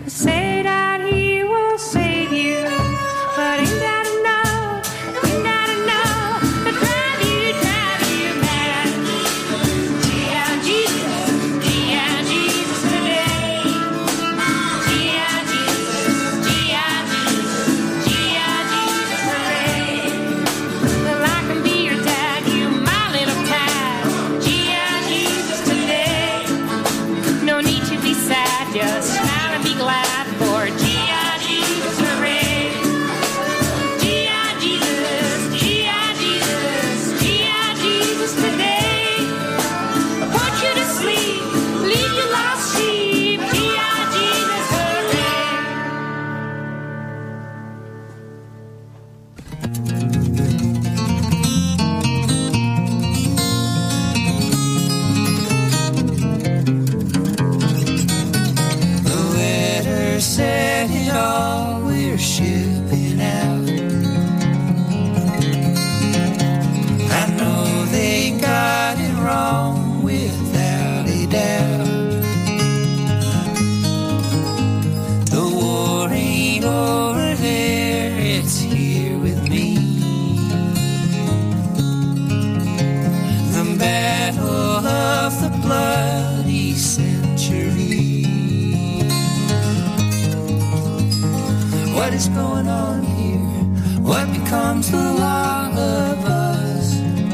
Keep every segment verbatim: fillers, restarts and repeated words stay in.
say that he will save you, but ain't that enough? Ain't that enough to drive you, drive you mad? Yeah, Jesus, yeah, Jesus today. Yeah, Jesus, yeah, Jesus, yeah, Jesus today. Well, I can be your dad, you my little pad. Yeah, Jesus today. No need to be sad, just smile and be glad for G I Jesus hooray. G I Jesus, G I Jesus, G I Jesus today. Put you to sleep, leave you lost sheep. G I Jesus hooray. The weather said it all, we're shipping out. I know they got it wrong without a doubt. The war ain't over there, it's here with me. The battle of the bloody century. What is going on here? What becomes the law of us?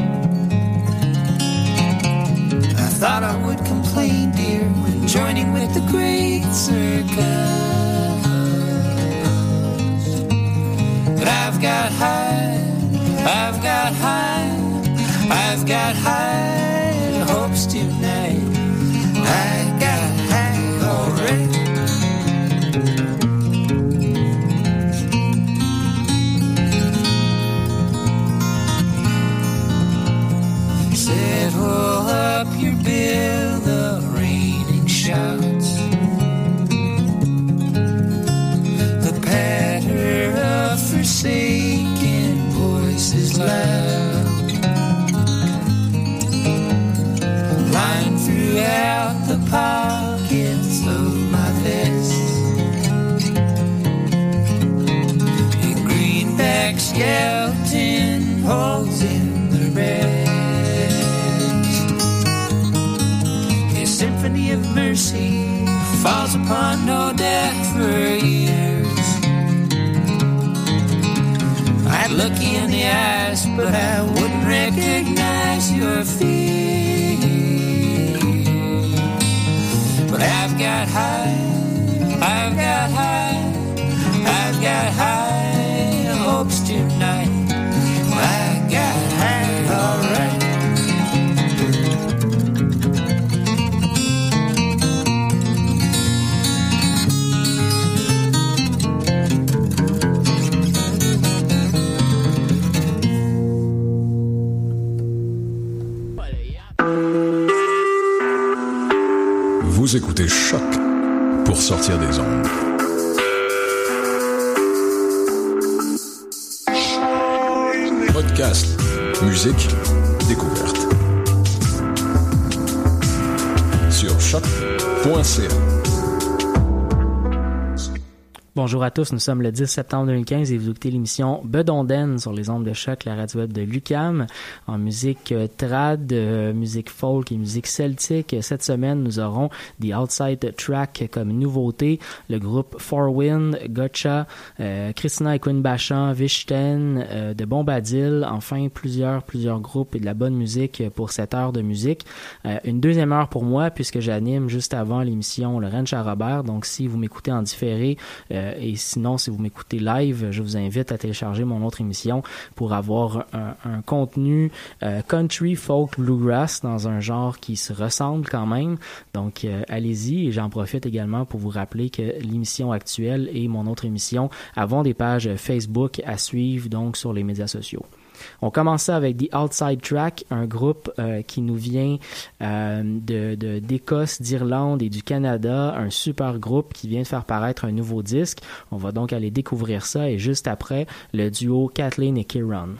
I thought I would complain, dear, when joining with the great circus. But I've got high, I've got high, I've got high hopes tonight. I got high already. Settle up your bill, the raining shouts. The patter of forsaken voices loud. Lying throughout the pockets of my vest. A greenback skeleton holds in the rest. A symphony of mercy falls upon no death for years. I'd look you in the eyes, but I wouldn't recognize your fear. But I've got high, I've got high, I've got high hopes tonight. I got high, alright. Vous écoutez Choc pour sortir des ondes. Podcast, musique, découverte. Sur choc point c a. Bonjour à tous, nous sommes le dix septembre deux mille quinze et vous écoutez l'émission Bedonden sur les ondes de choc, la radio web de l'U Q A M, en musique euh, trad, euh, musique folk et musique celtique. Cette semaine, nous aurons The Outside Track comme nouveauté, le groupe Four Wind, Gotcha, euh, Christina et Quinn Bachand, Vichten, euh, de Bombadil, enfin plusieurs plusieurs groupes et de la bonne musique pour cette heure de musique. Euh, une deuxième heure pour moi puisque j'anime juste avant l'émission Le Ranch à Robert, donc si vous m'écoutez en différé, euh, et sinon, si vous m'écoutez live, je vous invite à télécharger mon autre émission pour avoir un, un contenu euh, country, folk, bluegrass dans un genre qui se ressemble quand même. Donc, euh, allez-y. Et j'en profite également pour vous rappeler que l'émission actuelle et mon autre émission avons des pages Facebook à suivre donc sur les médias sociaux. On commence ça avec The Outside Track, un groupe euh, qui nous vient euh, de, de, d'Écosse, d'Irlande et du Canada, un super groupe qui vient de faire paraître un nouveau disque. On va donc aller découvrir ça et juste après, le duo Kathleen et Kieran.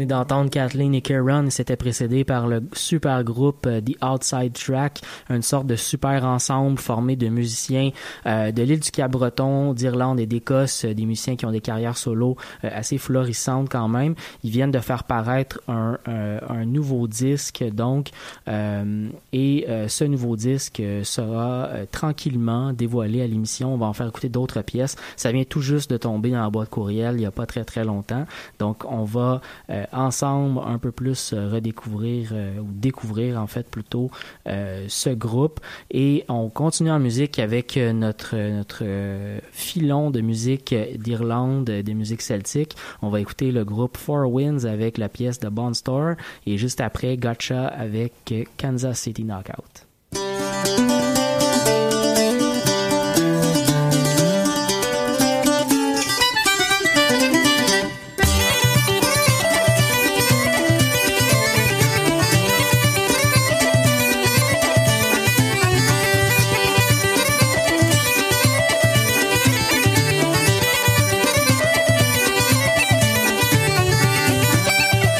d'entendre Kathleen et Kieran, c'était précédé par le super groupe euh, The Outside Track, une sorte de super ensemble formé de musiciens euh, de l'île du Cap-Breton, d'Irlande et d'Écosse, euh, des musiciens qui ont des carrières solo euh, assez florissantes quand même. Ils viennent de faire paraître un, un, un nouveau disque, donc, euh, et euh, ce nouveau disque sera euh, tranquillement dévoilé à l'émission. On va en faire écouter d'autres pièces. Ça vient tout juste de tomber dans la boîte courriel il n'y a pas très très longtemps. Donc, on va euh, ensemble un peu plus euh, redécouvrir euh, ou découvrir en fait plutôt euh, ce groupe. Et on continue en musique avec euh, notre, notre euh, filon de musique d'Irlande, euh, des musiques celtiques. On va écouter le groupe Four Winds avec la pièce de Bond Store et juste après Gotcha avec euh, Kansas City Knockout.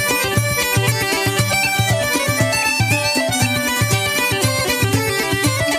Thank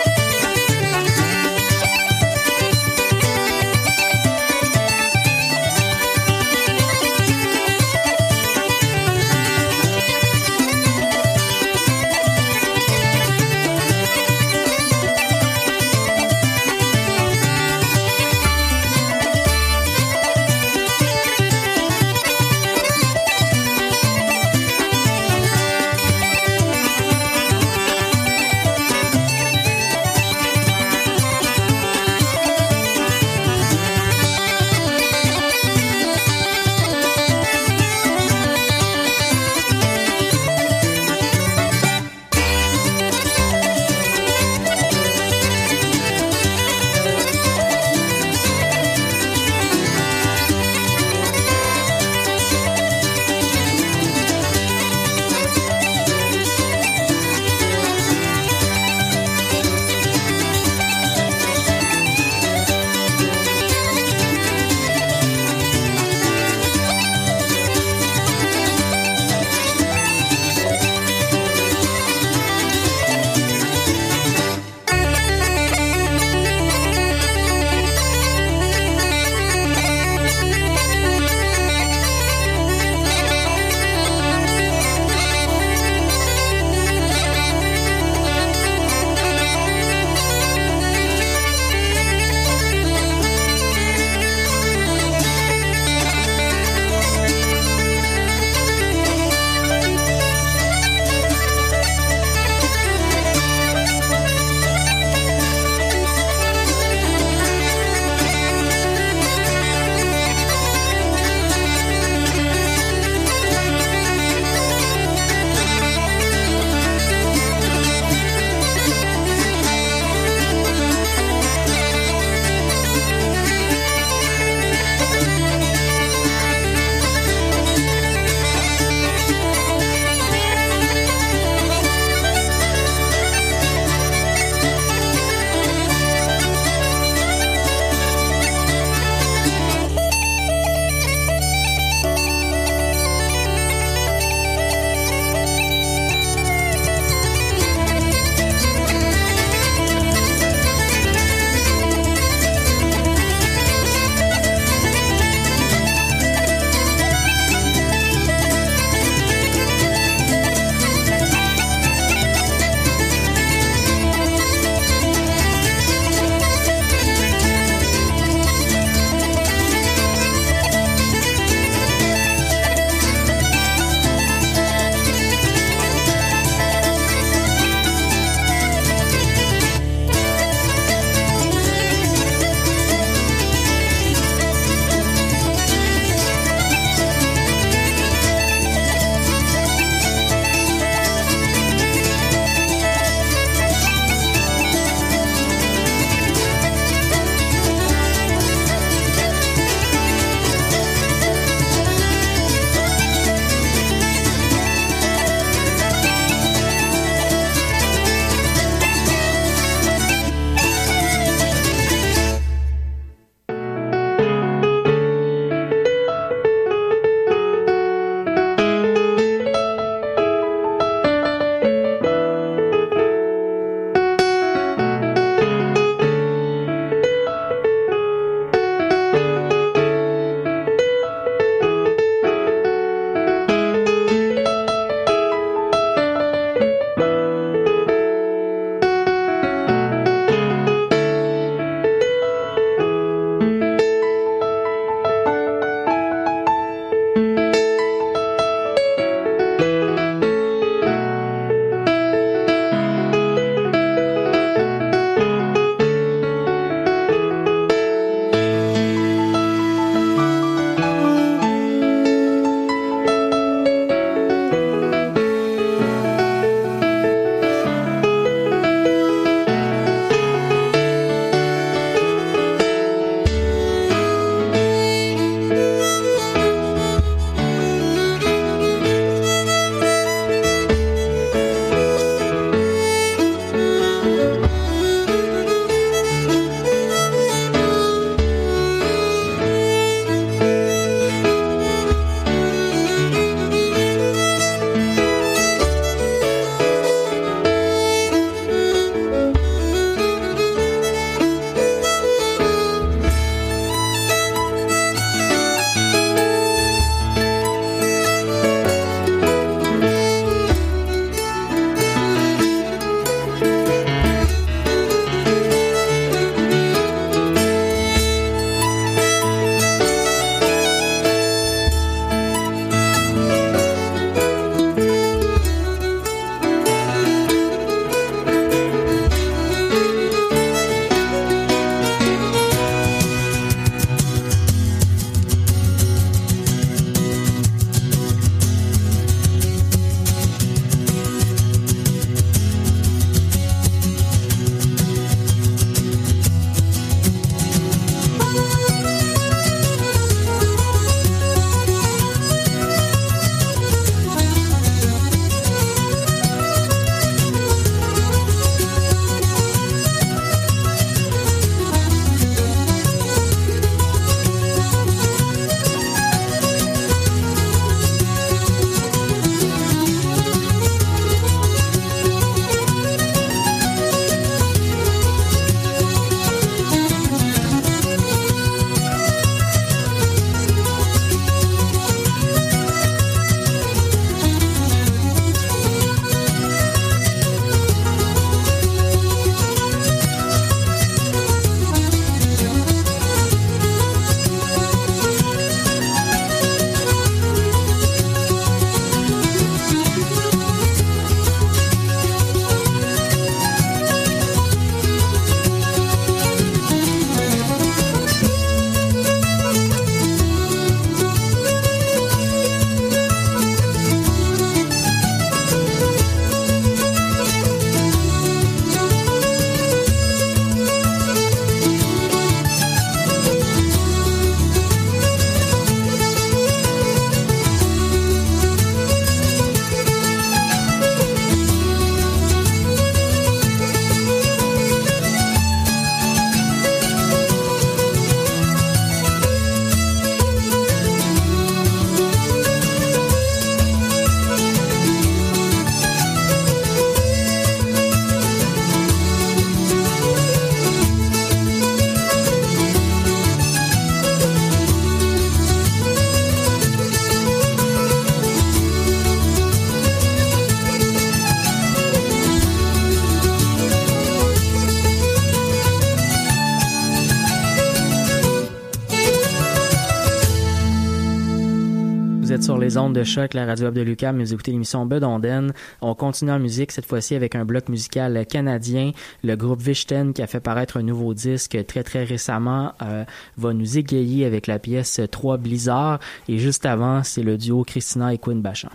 êtes sur les ondes de choc, la radio web de l'U Q A M, et vous écoutez l'émission Bedonden. On continue en musique, cette fois-ci avec un bloc musical canadien. Le groupe Vichten, qui a fait paraître un nouveau disque très très récemment, euh, va nous égayer avec la pièce trois Blizzard. Et juste avant, c'est le duo Christina et Quinn Bachand.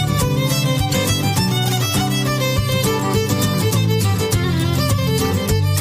Blizzard.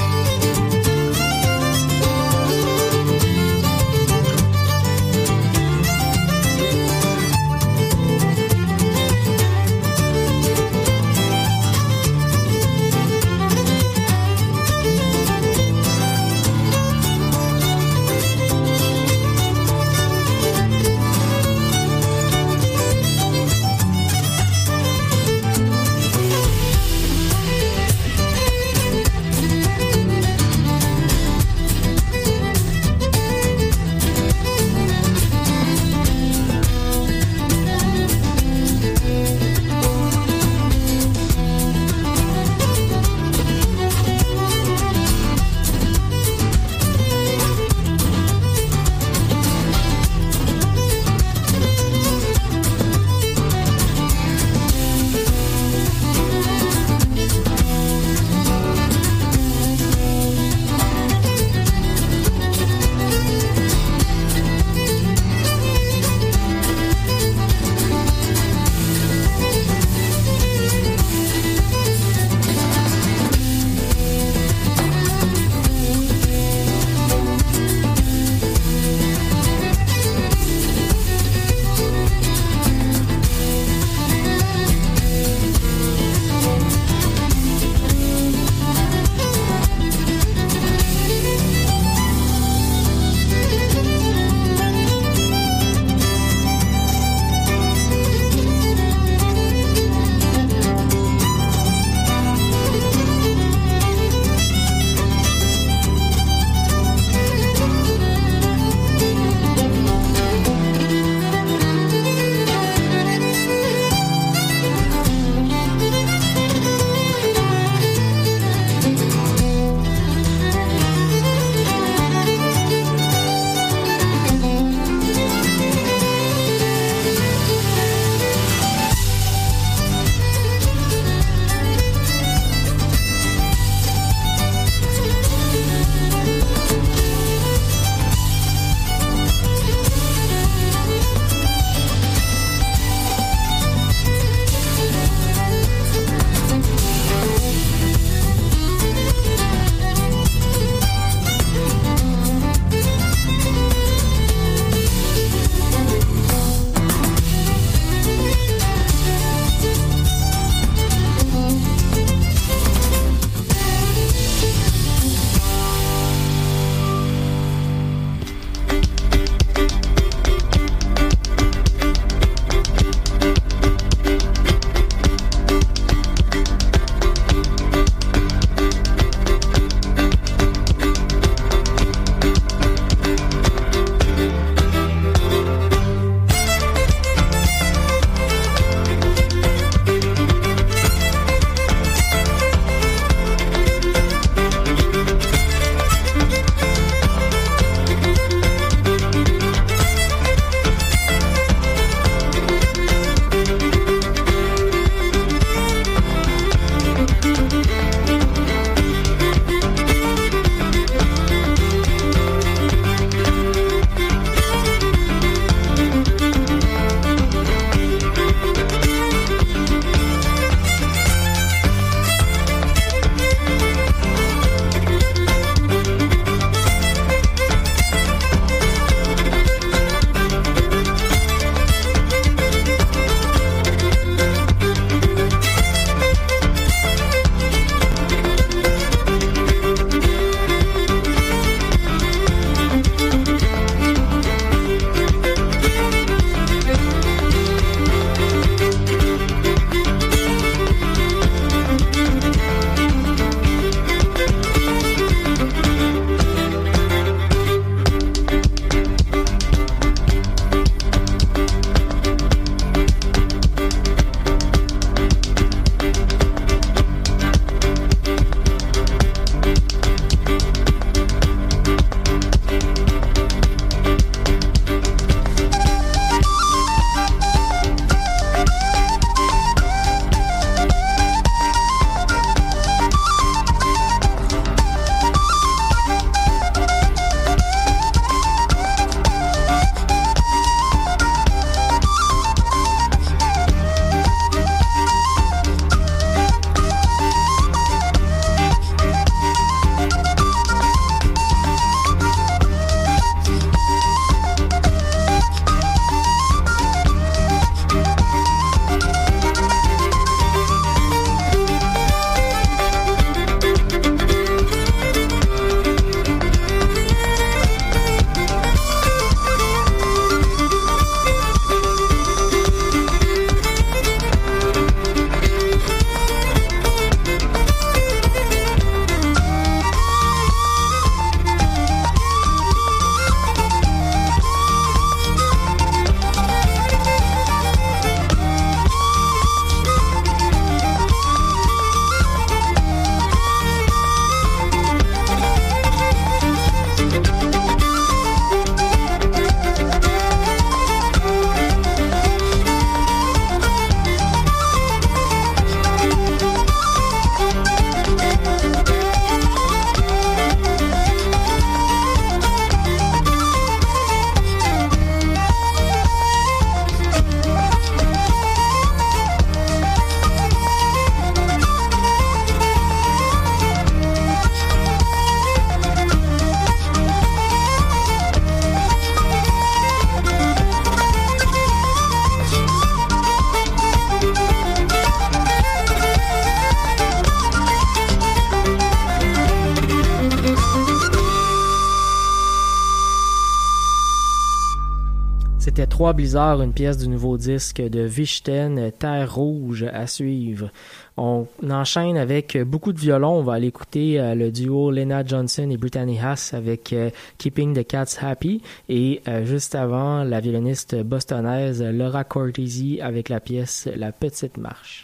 Trois Blizzards, une pièce du nouveau disque de Vichten, Terre Rouge, à suivre. On enchaîne avec beaucoup de violons. On va aller écouter euh, le duo Lena Johnson et Brittany Haas avec euh, Keeping the Cats Happy. Et euh, juste avant, la violoniste bostonaise Laura Cortese avec la pièce La Petite Marche.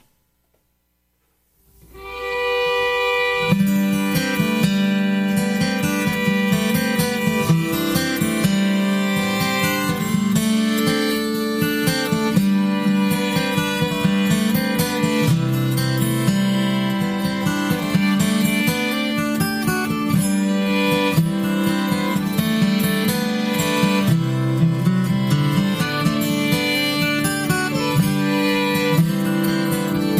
Thank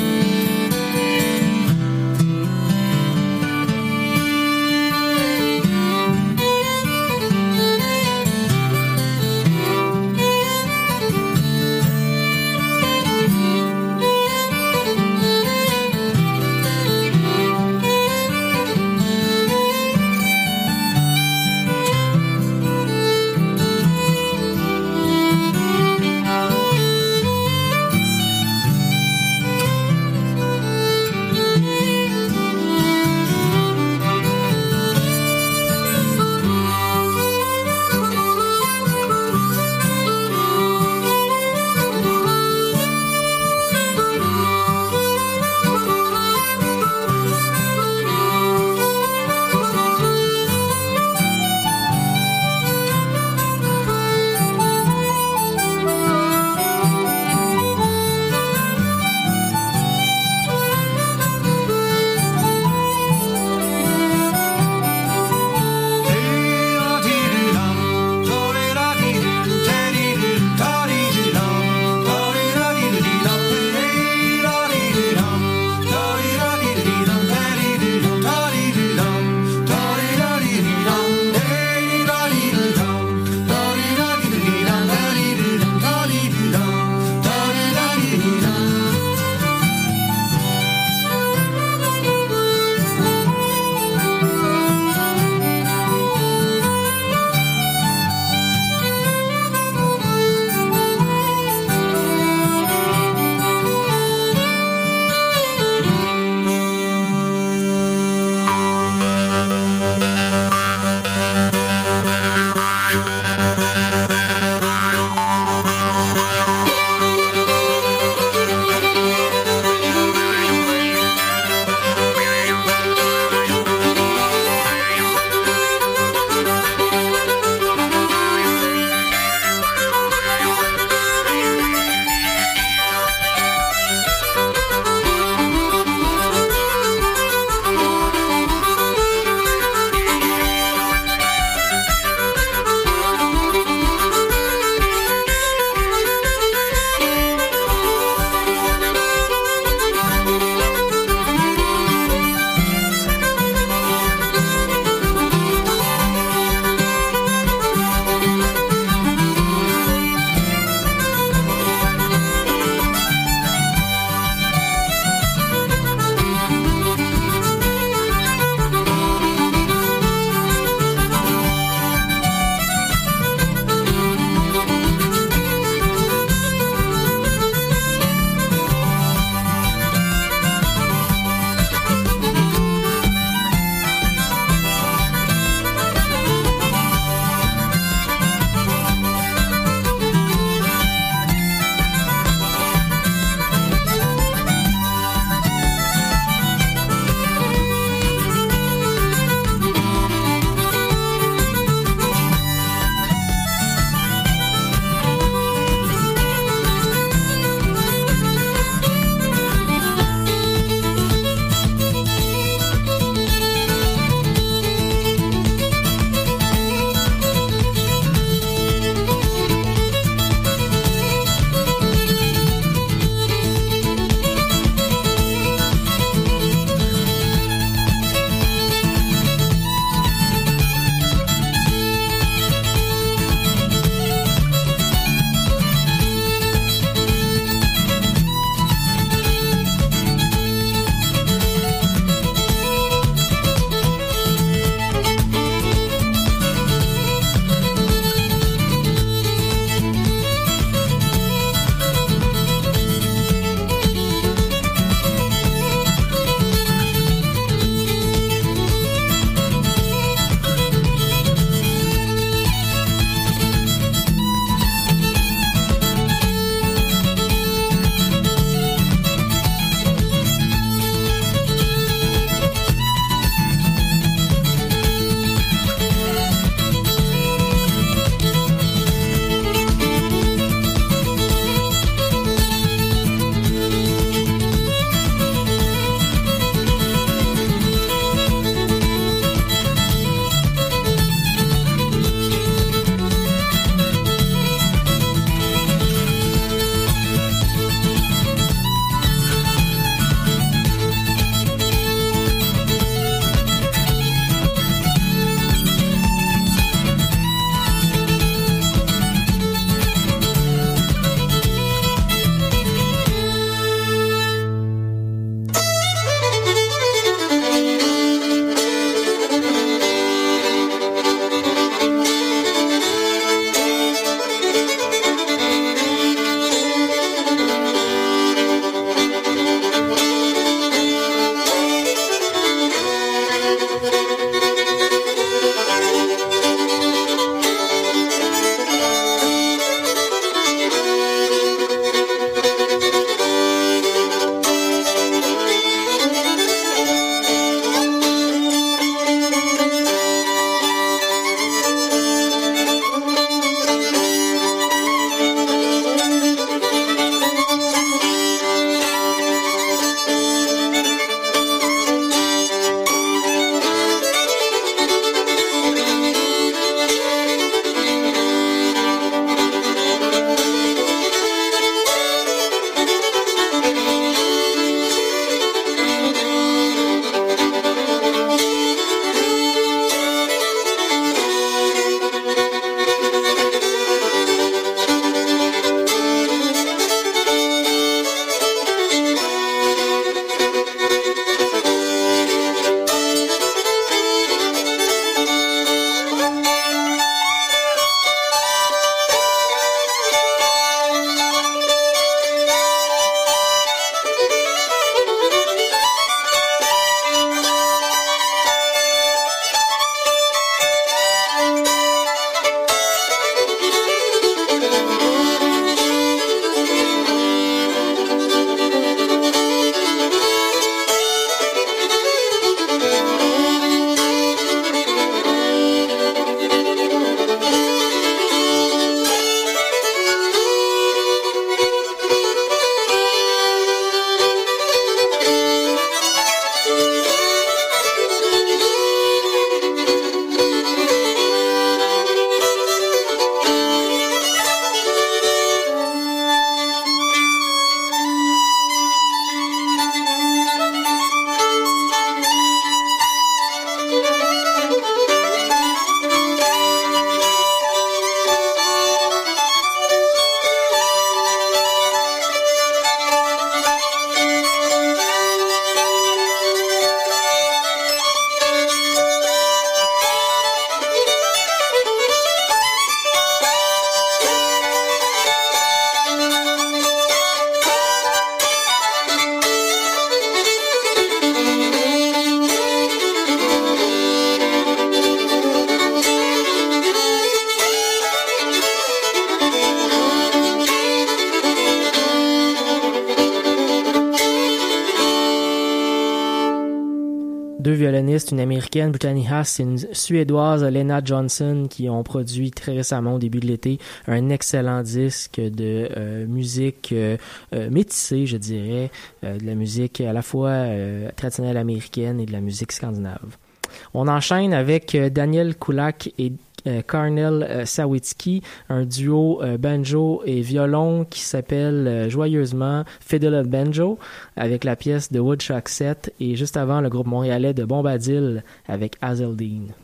deux violonistes, une américaine, Brittany Haas, et une suédoise, Lena Johnson, qui ont produit très récemment, au début de l'été, un excellent disque de euh, musique euh, euh, métissée, je dirais, euh, de la musique à la fois euh, traditionnelle américaine et de la musique scandinave. On enchaîne avec euh, Daniel Kulak et Euh, Carnel euh, Sawicki, un duo euh, banjo et violon qui s'appelle euh, joyeusement Fiddle and Banjo, avec la pièce de Woodchuck sept, et juste avant le groupe montréalais de Bombadil avec Hazeldine.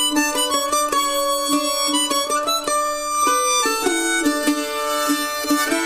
Thank you.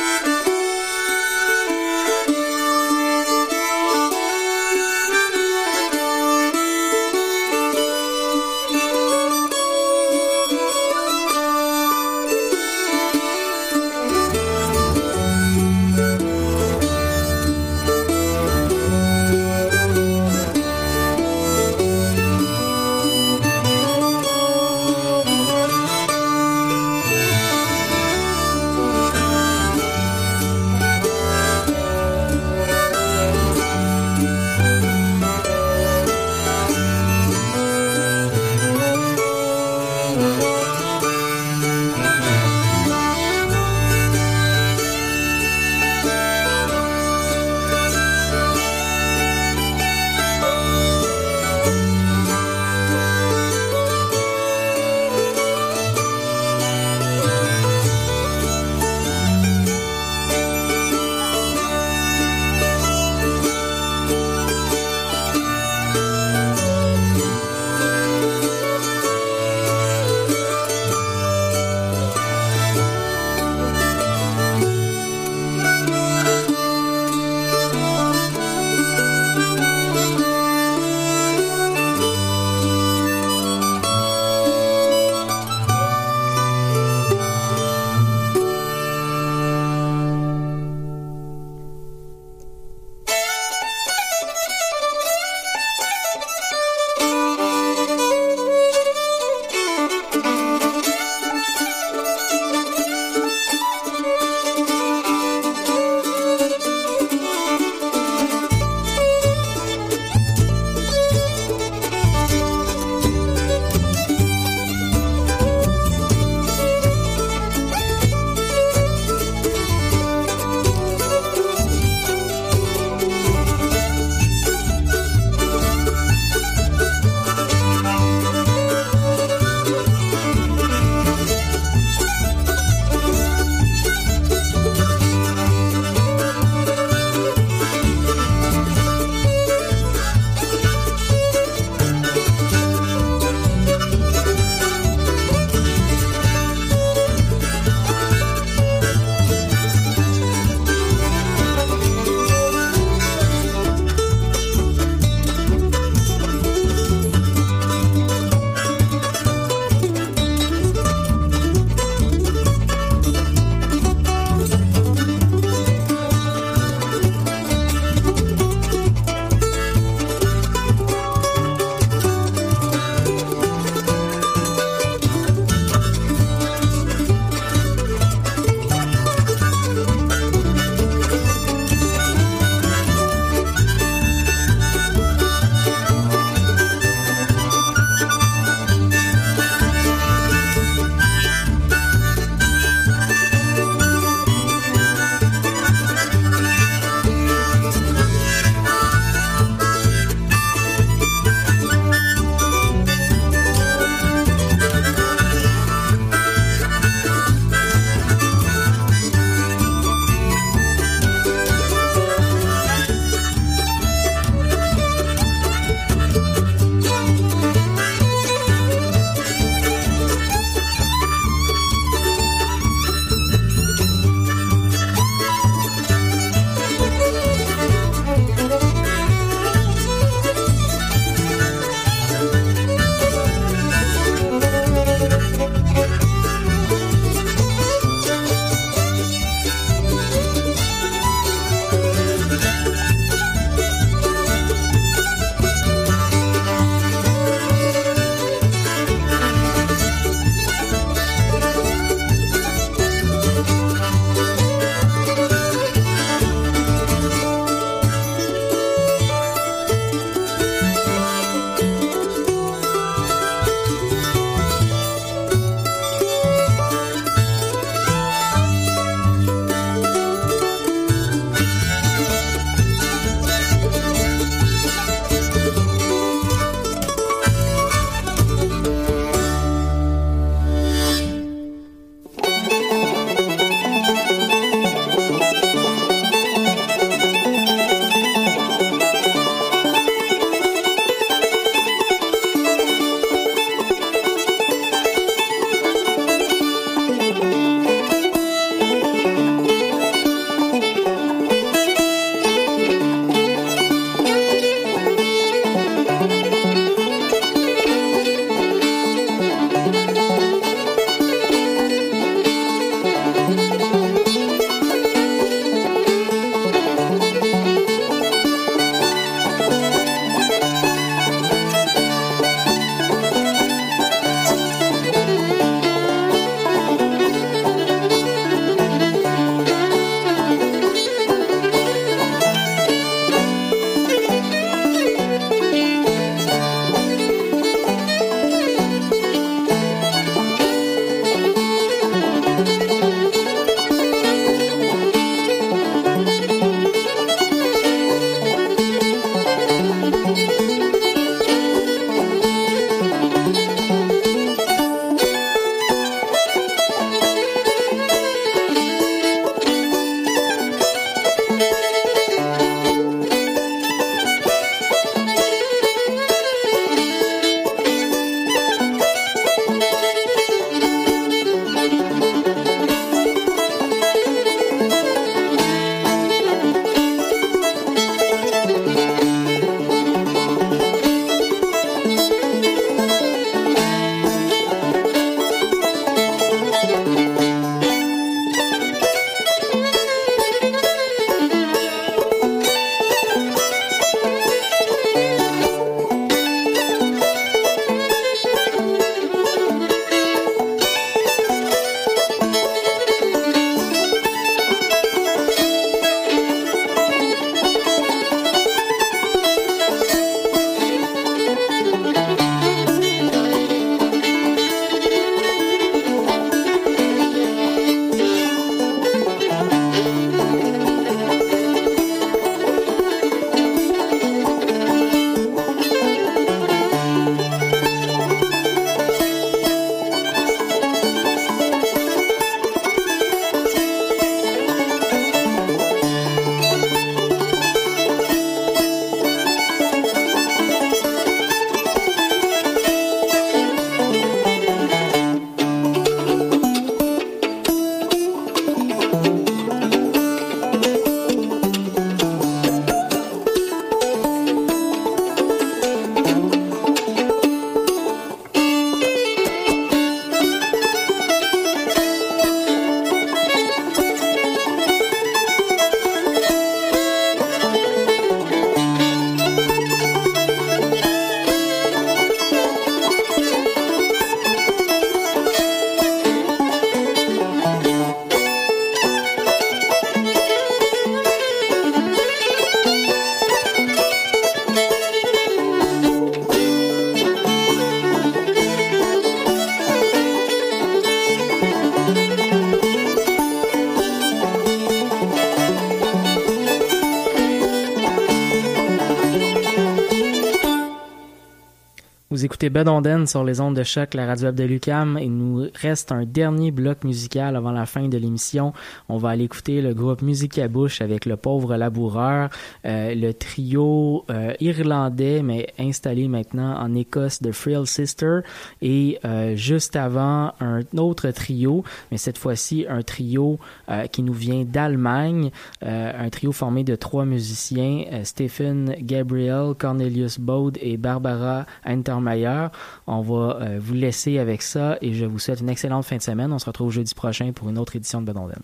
Vous écoutez Bedonden sur les ondes de choc, la radio web de l'U Q A M. Il nous reste un dernier bloc musical avant la fin de l'émission. On va aller écouter le groupe Musique à bouche avec Le Pauvre Laboureur, euh, le trio euh, irlandais mais installé maintenant en Écosse de Frill Sister, et euh, juste avant un autre trio, mais cette fois-ci un trio euh, qui nous vient d'Allemagne, euh, un trio formé de trois musiciens, euh, Stephen Gabriel, Cornelius Bode et Barbara Hintermeyer. On va euh, vous laisser avec ça et je vous souhaite une excellente fin de semaine. On se retrouve jeudi prochain pour une autre édition de Bedonden.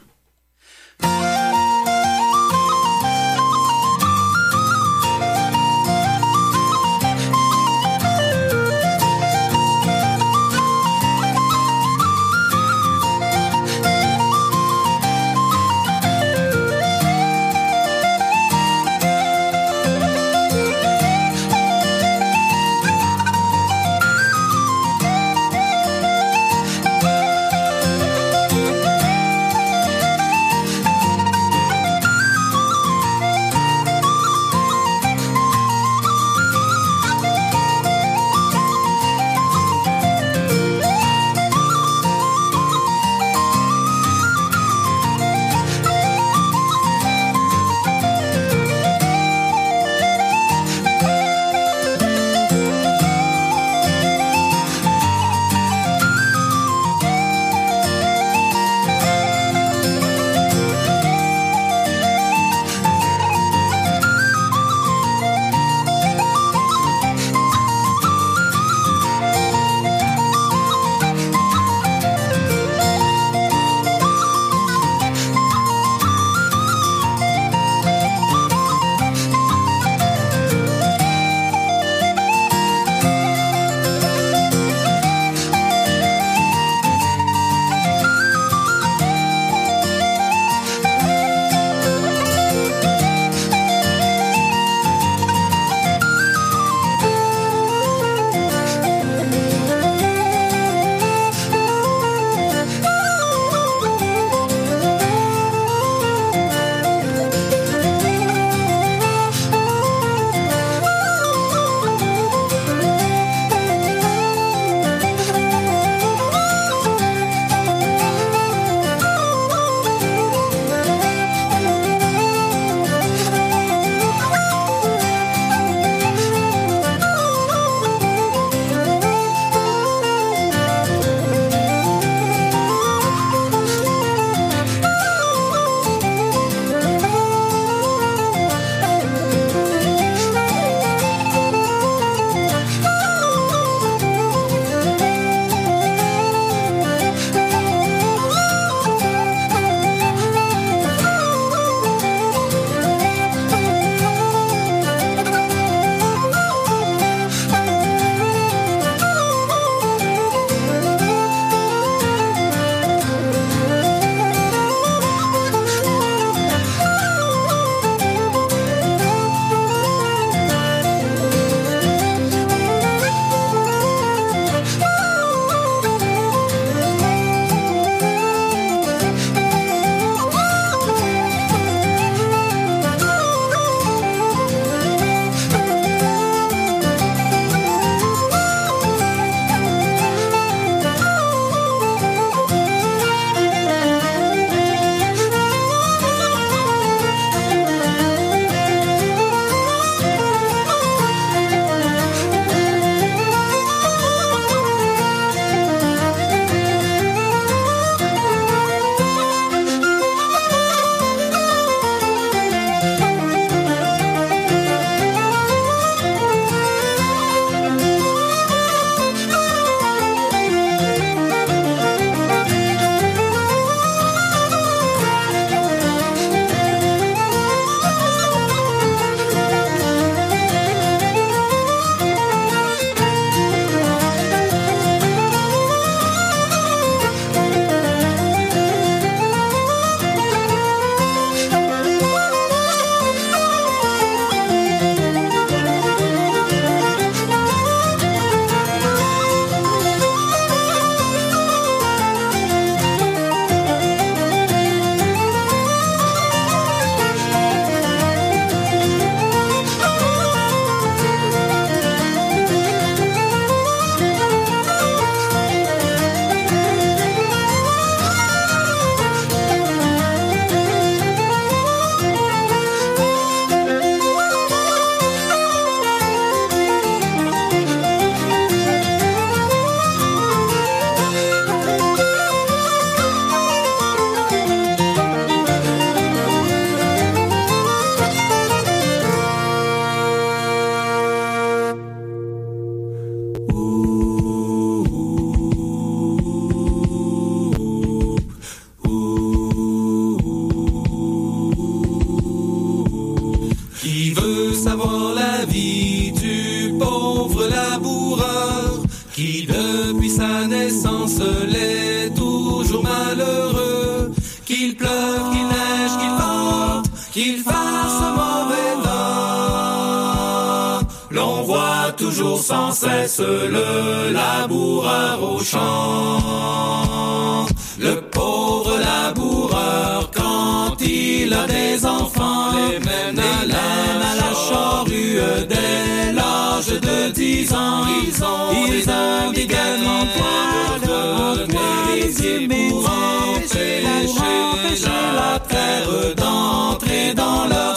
sa naissance l'est toujours malheureux. Qu'il pleuve, qu'il neige, qu'il vente, qu'il fasse mauvais temps, l'on voit toujours sans cesse le laboureur au champ. Le pauvre laboureur, quand il a des enfants, les mène à la, à la charrue dès l'âge de dix ans. Ils ont, ils ont des grands poils, les yeux pour empêcher la terre d'entrer dans leurs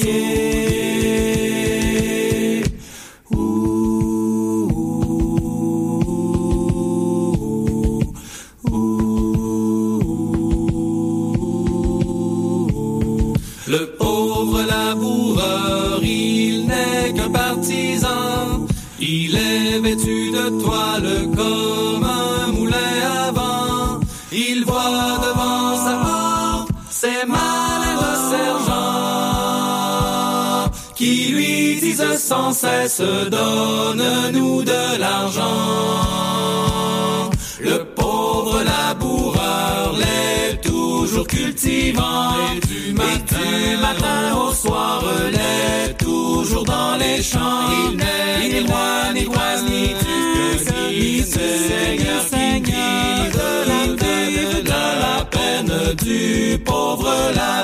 souliers. Ouh, ouh, ouh. Le pauvre laboureur, il n'est qu'un partisan. Il est vêtu de toile comme un moulin à vent. Il voit devant sa porte ses malheureux sergents qui lui disent sans cesse: donne-nous de l'argent. Le pauvre laboureur l'est toujours cultivant, et du matin, et du matin au soir l'est toujours dans les champs. Il n'est ni roi, ni roi, ni duc, ni seigneur qui guide de la peine du pauvre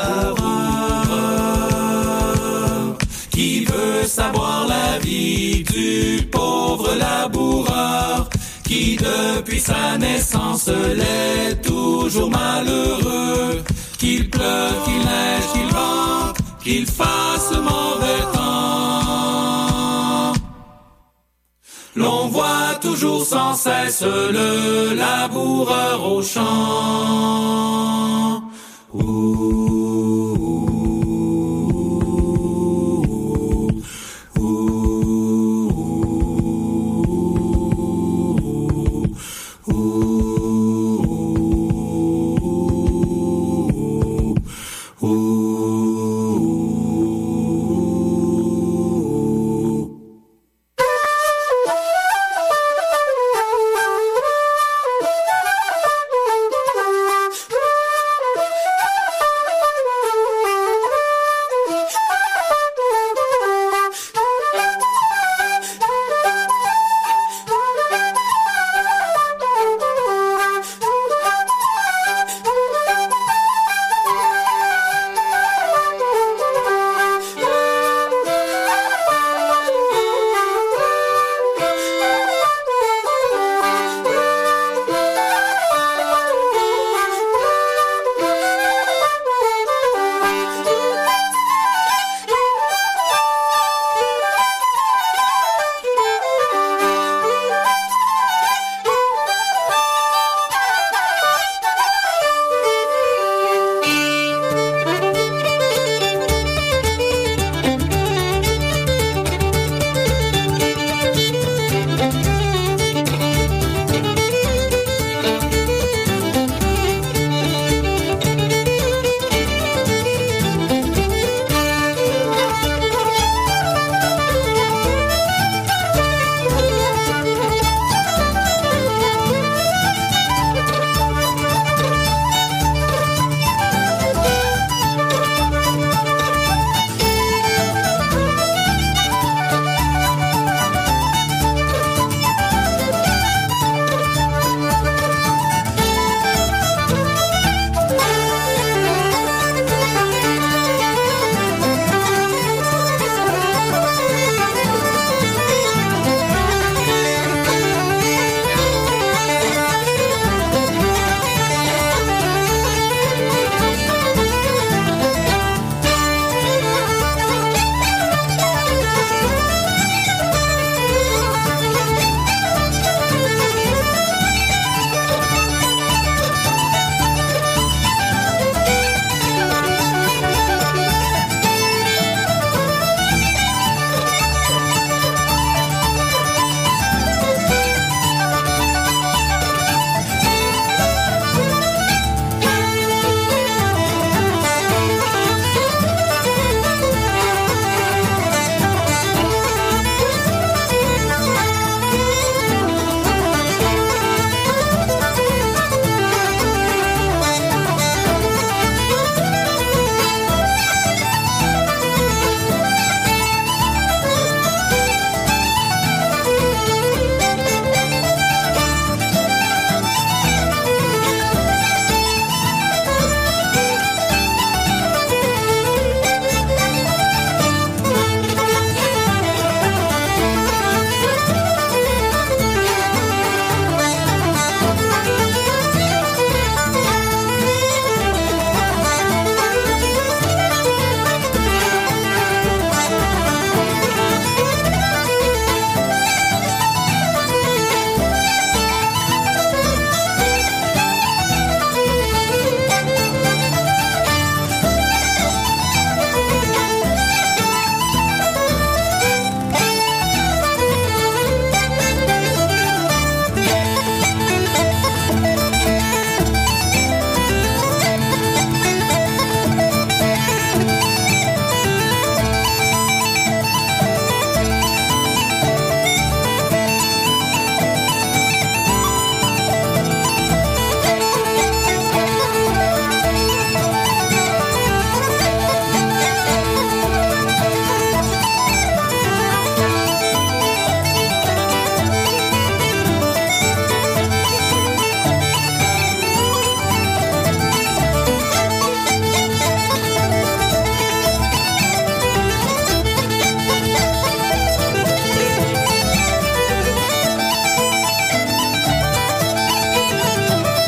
laboureur, qui veut savoir la vie du pauvre laboureur, qui depuis sa naissance l'est toujours malheureux. Qu'il pleuve, qu'il neige, qu'il vente, qu'il fasse mauvais temps, l'on voit toujours sans cesse le laboureur au champ. Ouh. Ooh.